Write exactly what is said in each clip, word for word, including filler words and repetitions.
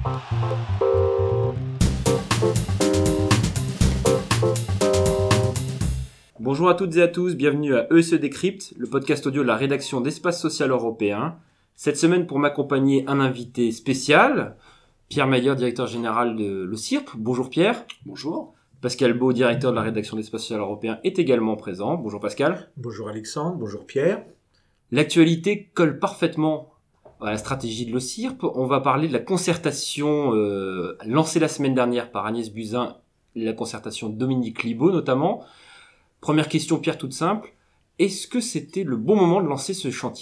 Bonjour à toutes et à tous, bienvenue à E S E Décrypte, le podcast audio de la rédaction d'Espace Social Européen. Cette semaine, pour m'accompagner, un invité spécial, Pierre Mayer, directeur général de l'O C I R P. Bonjour Pierre. Bonjour. Pascal Beau, directeur de la rédaction d'Espace Social Européen, est également présent. Bonjour Pascal. Bonjour Alexandre, bonjour Pierre. L'actualité colle parfaitement à la stratégie de l'O C I R P. On va parler de la concertation euh, lancée la semaine dernière par Agnès Buzyn, la concertation Dominique Libaud notamment. Première question, Pierre, toute simple. Est-ce que c'était le bon moment de lancer ce chantier ?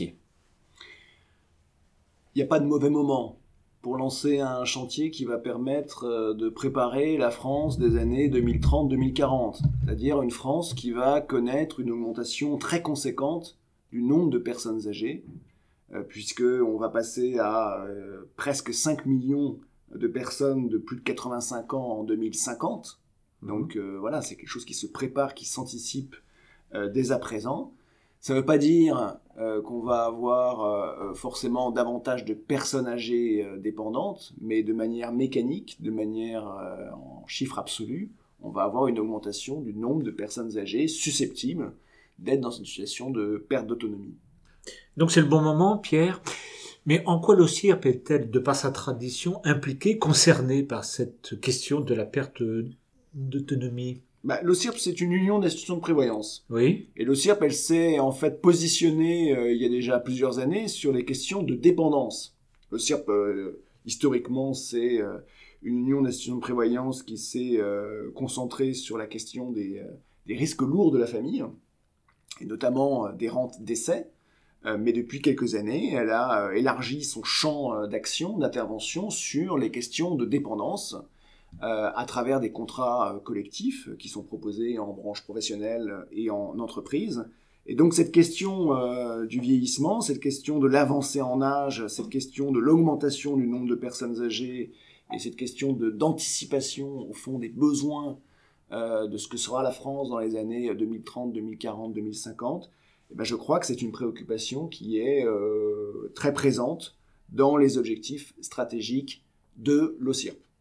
Il n'y a pas de mauvais moment pour lancer un chantier qui va permettre de préparer la France des années deux mille trente deux mille quarante. C'est-à-dire une France qui va connaître une augmentation très conséquente du nombre de personnes âgées, euh, puisqu'on va passer à euh, presque cinq millions de personnes de plus de quatre-vingt-cinq ans en deux mille cinquante. Donc euh, voilà, c'est quelque chose qui se prépare, qui s'anticipe euh, dès à présent. Ça ne veut pas dire euh, qu'on va avoir euh, forcément davantage de personnes âgées euh, dépendantes, mais de manière mécanique, de manière euh, en chiffres absolus, on va avoir une augmentation du nombre de personnes âgées susceptibles d'être dans une situation de perte d'autonomie. Donc c'est le bon moment, Pierre. Mais en quoi l'O C I R P est-elle, de par sa tradition, impliquée, concernée par cette question de la perte d'autonomie ? Bah, l'O C I R P, c'est une union d'institutions de prévoyance. Oui. Et l'O C I R P, elle s'est en fait positionnée euh, il y a déjà plusieurs années sur les questions de dépendance. L'O C I R P, euh, historiquement, c'est euh, une union d'institutions de prévoyance qui s'est euh, concentrée sur la question des, euh, des risques lourds de la famille, et notamment euh, des rentes décès. Euh, mais depuis quelques années, elle a euh, élargi son champ euh, d'action, d'intervention sur les questions de dépendance, Euh, à travers des contrats euh, collectifs qui sont proposés en branche professionnelle et en entreprise. Et donc cette question euh, du vieillissement, cette question de l'avancée en âge, cette question de l'augmentation du nombre de personnes âgées et cette question de, d'anticipation au fond des besoins euh, de ce que sera la France dans les années deux mille trente, deux mille quarante, deux mille cinquante, eh ben je crois que c'est une préoccupation qui est euh, très présente dans les objectifs stratégiques de l'O C I R P.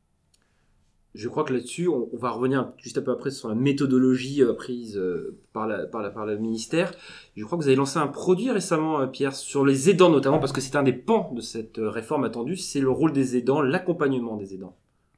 Je crois que là-dessus, on, on va revenir juste un peu après sur la méthodologie euh, prise euh, par, la, par, la, par le ministère. Je crois que vous avez lancé un produit récemment, euh, Pierre, sur les aidants notamment, parce que c'est un des pans de cette euh, réforme attendue, c'est le rôle des aidants, l'accompagnement des aidants.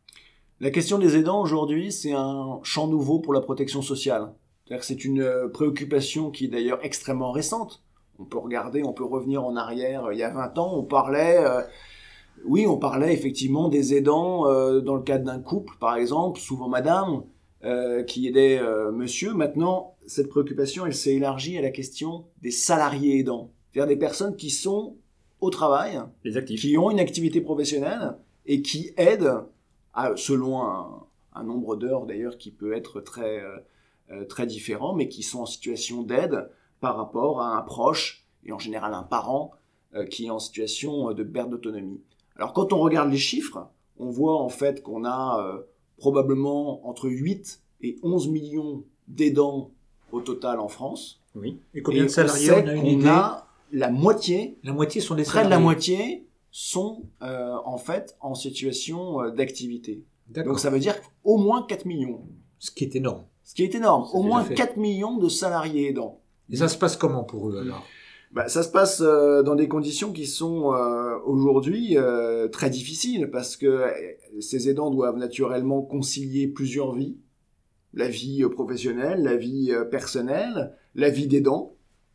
La question des aidants aujourd'hui, c'est un champ nouveau pour la protection sociale. C'est-à-dire que c'est une euh, préoccupation qui est d'ailleurs extrêmement récente. On peut regarder, on peut revenir en arrière. Euh, il y a vingt ans, on parlait... Euh, Oui, on parlait effectivement des aidants euh, dans le cadre d'un couple, par exemple, souvent madame, euh, qui aidait euh, monsieur. Maintenant, cette préoccupation, elle s'est élargie à la question des salariés aidants. C'est-à-dire des personnes qui sont au travail, les actifs, qui ont une activité professionnelle et qui aident, à, selon un, un nombre d'heures d'ailleurs qui peut être très, euh, très différent, mais qui sont en situation d'aide par rapport à un proche, et en général un parent, euh, qui est en situation de perte d'autonomie. Alors quand on regarde les chiffres, on voit en fait qu'on a euh, probablement entre huit et onze millions d'aidants au total en France. Oui. Et combien et de salariés on, on a une on idée a la moitié, La moitié sont des près salariés. de la moitié sont euh, en fait en situation euh, d'activité. D'accord. Donc ça veut dire au moins quatre millions. Ce qui est énorme. Ce qui est énorme, C'est au déjà moins fait. quatre millions de salariés aidants. Et ça se passe comment pour eux alors ? Bah, ça se passe euh, dans des conditions qui sont euh, aujourd'hui euh, très difficiles parce que euh, ces aidants doivent naturellement concilier plusieurs vies, la vie euh, professionnelle, la vie euh, personnelle, la vie d'aidant,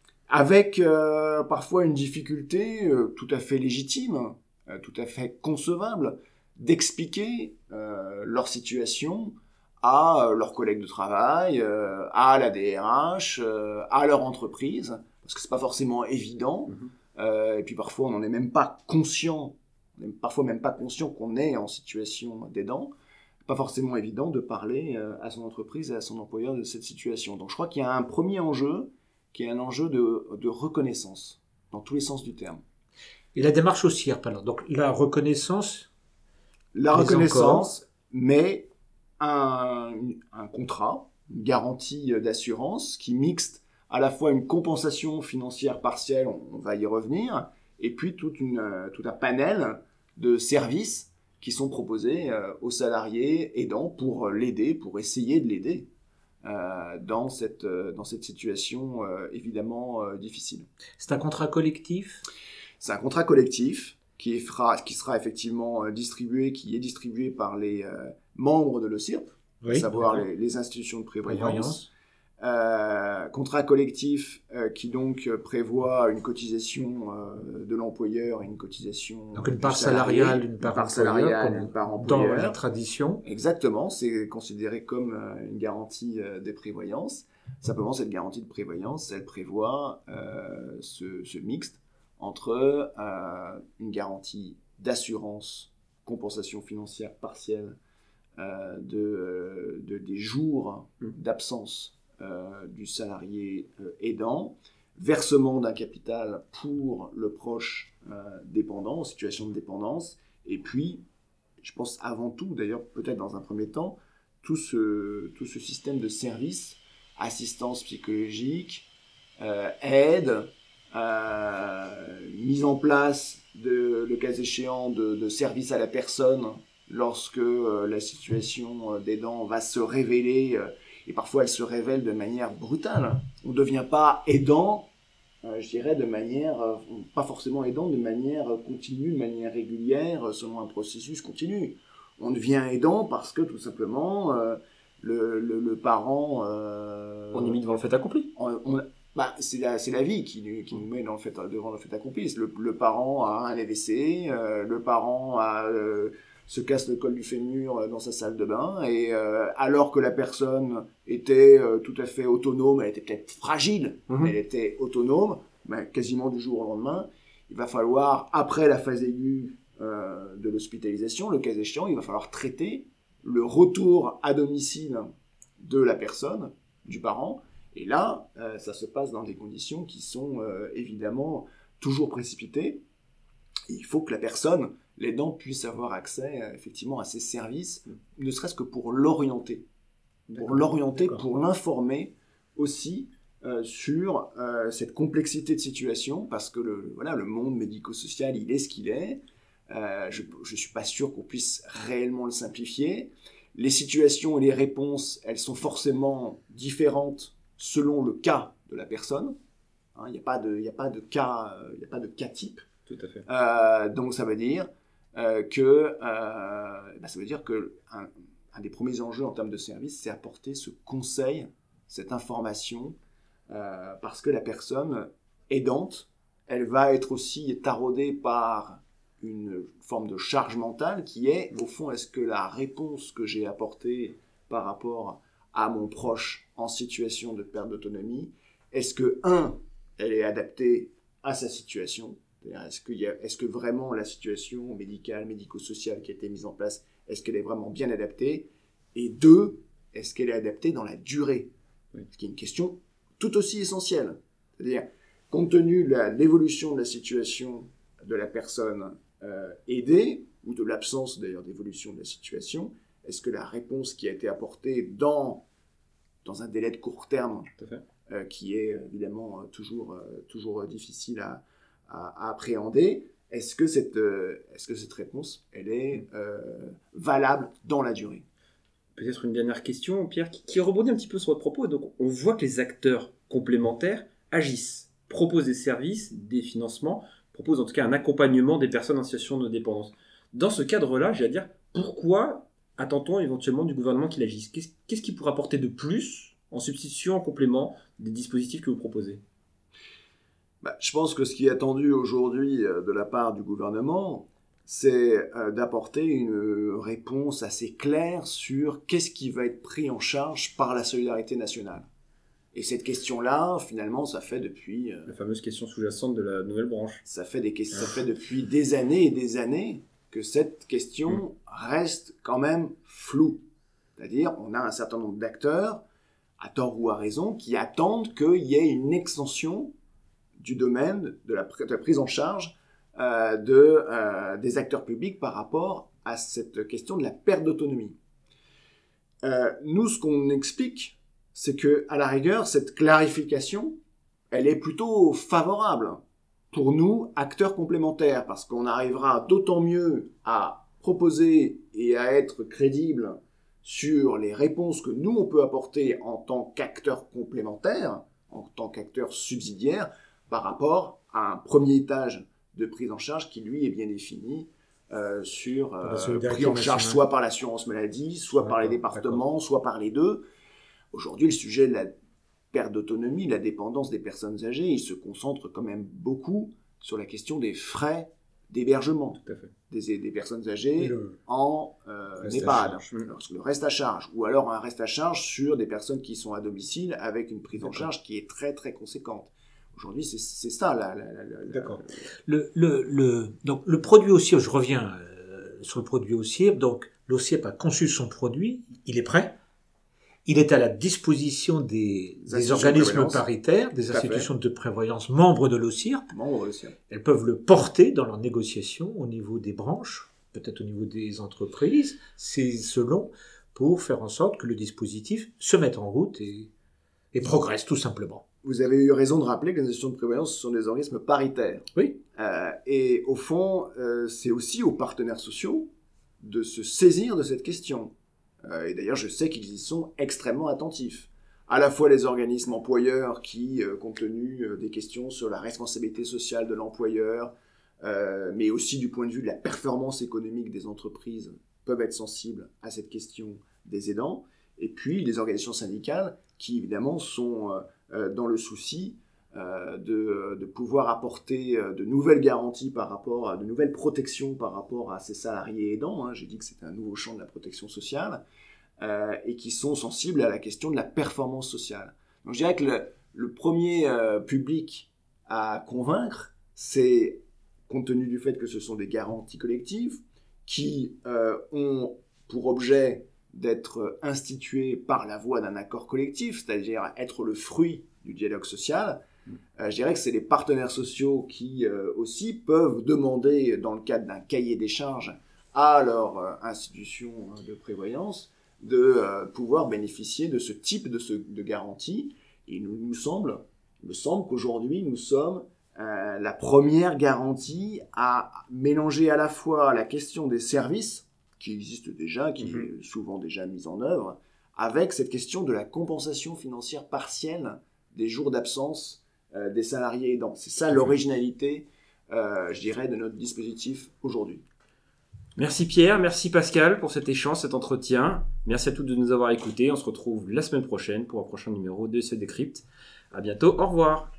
avec euh, parfois une difficulté euh, tout à fait légitime, euh, tout à fait concevable, d'expliquer euh, leur situation à euh, leurs collègues de travail, euh, à la D R H, euh, à leur entreprise, parce que c'est pas forcément évident, mmh. euh, et puis parfois on n'en est même pas conscient, on n'est parfois même pas conscient qu'on est en situation d'aidant, pas forcément évident de parler euh, à son entreprise et à son employeur de cette situation. Donc je crois qu'il y a un premier enjeu, qui est un enjeu de, de reconnaissance, dans tous les sens du terme. Et la démarche au C I R P alors, donc la reconnaissance La reconnaissance, mais un, un contrat, une garantie d'assurance qui mixte à la fois une compensation financière partielle, on, on va y revenir, et puis toute une, tout un panel de services qui sont proposés euh, aux salariés aidants pour l'aider, pour essayer de l'aider euh, dans, cette, euh, dans cette situation euh, évidemment euh, difficile. C'est un contrat collectif ? C'est un contrat collectif qui, fera, qui sera effectivement euh, distribué, qui est distribué par les euh, membres de l'O C I R P, Oui, à savoir les, les institutions de prévoyance. prévoyance. Euh, contrat collectif euh, qui donc euh, prévoit une cotisation euh, de l'employeur et une cotisation Donc une du part salarié, salariale, une part, part employeur, salariale, comme une part dans employeur. la tradition. Exactement, c'est considéré comme euh, une garantie euh, de prévoyance. Simplement, cette garantie de prévoyance, elle prévoit euh, ce, ce mixte entre euh, une garantie d'assurance, compensation financière partielle euh, de, euh, de, des jours d'absence Euh, du salarié euh, aidant, versement d'un capital pour le proche euh, dépendant, en situation de dépendance, et puis, je pense avant tout, d'ailleurs peut-être dans un premier temps, tout ce, tout ce système de service, assistance psychologique, euh, aide, euh, mise en place, de, le cas échéant, de, de services à la personne lorsque euh, la situation d'aidant va se révéler euh, et parfois elle se révèle de manière brutale. On ne devient pas aidant, euh, je dirais, de manière, euh, pas forcément aidant de manière continue, de manière régulière, selon un processus continu. On devient aidant parce que tout simplement, euh, le, le, le parent... Euh, on est mis devant le fait accompli. On, on, bah, c'est la, c'est la vie qui, qui nous met dans le fait, devant le fait accompli. Le, le parent a un A V C, euh, le parent a... Euh, se casse le col du fémur dans sa salle de bain, et euh, alors que la personne était euh, tout à fait autonome, elle était peut-être fragile, mmh. mais elle était autonome, ben, quasiment du jour au lendemain, il va falloir, après la phase aiguë euh, de l'hospitalisation, le cas échéant, il va falloir traiter le retour à domicile de la personne, du parent, et là, euh, ça se passe dans des conditions qui sont euh, évidemment toujours précipitées. Il faut que la personne, l'aidant, puisse avoir accès euh, effectivement à ces services, ne serait-ce que pour l'orienter, pour d'accord, l'orienter, d'accord. pour l'informer aussi euh, sur euh, cette complexité de situation, parce que le, voilà, le monde médico-social, il est ce qu'il est. Euh, je ne suis pas sûr qu'on puisse réellement le simplifier. Les situations et les réponses, elles sont forcément différentes selon le cas de la personne. Il n'y a pas de, il n'y a pas de cas, il n'y a pas de cas type. Tout à fait. Euh, donc ça veut dire euh, que euh, bah, ça veut dire que un, un des premiers enjeux en termes de service, c'est apporter ce conseil, cette information, euh, parce que la personne aidante, elle va être aussi taraudée par une forme de charge mentale qui est, au fond, est-ce que la réponse que j'ai apportée par rapport à mon proche en situation de perte d'autonomie, est-ce que, un, elle est adaptée à sa situation ? Est-ce, qu'il y a, est-ce que vraiment la situation médicale, médico-sociale qui a été mise en place, est-ce qu'elle est vraiment bien adaptée ? Et deux, est-ce qu'elle est adaptée dans la durée ? Oui. Ce qui est une question tout aussi essentielle. C'est-à-dire, compte tenu de la, l'évolution de la situation de la personne euh, aidée, ou de l'absence d'ailleurs d'évolution de la situation, est-ce que la réponse qui a été apportée dans, dans un délai de court terme, euh, qui est évidemment toujours, euh, toujours difficile à À, à appréhender, est-ce que cette, euh, est-ce que cette réponse, elle est euh, valable dans la durée ? Peut-être une dernière question, Pierre, qui, qui rebondit un petit peu sur votre propos. Donc, on voit que les acteurs complémentaires agissent, proposent des services, des financements, proposent en tout cas un accompagnement des personnes en situation de dépendance. Dans ce cadre-là, j'ai à dire, pourquoi attend-on éventuellement du gouvernement qu'il agisse ? Qu'est-ce, qu'est-ce qu'il pourrait apporter de plus en substitution, en complément des dispositifs que vous proposez ? Bah, je pense que ce qui est attendu aujourd'hui euh, de la part du gouvernement, c'est euh, d'apporter une réponse assez claire sur qu'est-ce qui va être pris en charge par la solidarité nationale. Et cette question-là, finalement, ça fait depuis... Euh, la fameuse question sous-jacente de la nouvelle branche. Ça fait, des, ça fait depuis des années et des années que cette question mmh. reste quand même floue. C'est-à-dire, on a un certain nombre d'acteurs, à tort ou à raison, qui attendent qu'il y ait une extension du domaine de la, de la prise en charge euh, de, euh, des acteurs publics par rapport à cette question de la perte d'autonomie. Euh, nous, ce qu'on explique, c'est que, à la rigueur, cette clarification, elle est plutôt favorable pour nous, acteurs complémentaires, parce qu'on arrivera d'autant mieux à proposer et à être crédible sur les réponses que nous, on peut apporter en tant qu'acteurs complémentaires, en tant qu'acteurs subsidiaires, par rapport à un premier étage de prise en charge qui, lui, est bien défini euh, sur euh, pris en charge nationale. Soit par l'assurance maladie, soit ouais, par les départements, d'accord. soit par les deux. Aujourd'hui, le sujet de la perte d'autonomie, la dépendance des personnes âgées, il se concentre quand même beaucoup sur la question des frais d'hébergement des, des personnes âgées le, en euh, EHPAD, le reste à charge, ou alors un reste à charge sur des personnes qui sont à domicile avec une prise D'accord. en charge qui est très très conséquente. Aujourd'hui, c'est, c'est ça. La, la, la, la, D'accord. Le, le, le, donc, le produit O S I R, je reviens euh, sur le produit O S I R. Donc, l'O S I R R a conçu son produit, il est prêt. Il est à la disposition des, des organismes de paritaires, des institutions de prévoyance membres de l'O S I R P. Membres de l'O S I R P. Elles peuvent le porter dans leurs négociations au niveau des branches, peut-être au niveau des entreprises, c'est selon, pour faire en sorte que le dispositif se mette en route et, et progresse tout simplement. Vous avez eu raison de rappeler que les institutions de prévoyance sont des organismes paritaires. Oui. Euh, et au fond, euh, c'est aussi aux partenaires sociaux de se saisir de cette question. Euh, et d'ailleurs, je sais qu'ils y sont extrêmement attentifs. À la fois les organismes employeurs qui, euh, compte tenu euh, des questions sur la responsabilité sociale de l'employeur, euh, mais aussi du point de vue de la performance économique des entreprises, peuvent être sensibles à cette question des aidants. Et puis les organisations syndicales qui, évidemment, sont euh, dans le souci euh, de, de pouvoir apporter euh, de nouvelles garanties par rapport à de nouvelles protections par rapport à ces salariés aidants. Hein. J'ai dit que c'était un nouveau champ de la protection sociale. Euh, et qui sont sensibles à la question de la performance sociale. Donc je dirais que le, le premier euh, public à convaincre, c'est, compte tenu du fait que ce sont des garanties collectives, qui euh, ont pour objet d'être instituées par la voie d'un accord collectif, c'est-à-dire être le fruit du dialogue social, euh, je dirais que c'est les partenaires sociaux qui euh, aussi peuvent demander, dans le cadre d'un cahier des charges, à leur euh, institution de prévoyance, de euh, pouvoir bénéficier de ce type de, ce, de garantie. Et il nous, nous semble, il me semble qu'aujourd'hui, nous sommes euh, la première garantie à mélanger à la fois la question des services, qui existent déjà, qui mm-hmm. est souvent déjà mise en œuvre, avec cette question de la compensation financière partielle des jours d'absence euh, des salariés aidants. C'est ça l'originalité, euh, je dirais, de notre dispositif aujourd'hui. Merci Pierre, merci Pascal pour cet échange, cet entretien. Merci à tous de nous avoir écoutés. On se retrouve la semaine prochaine pour un prochain numéro de Se Décrypte. À bientôt, au revoir.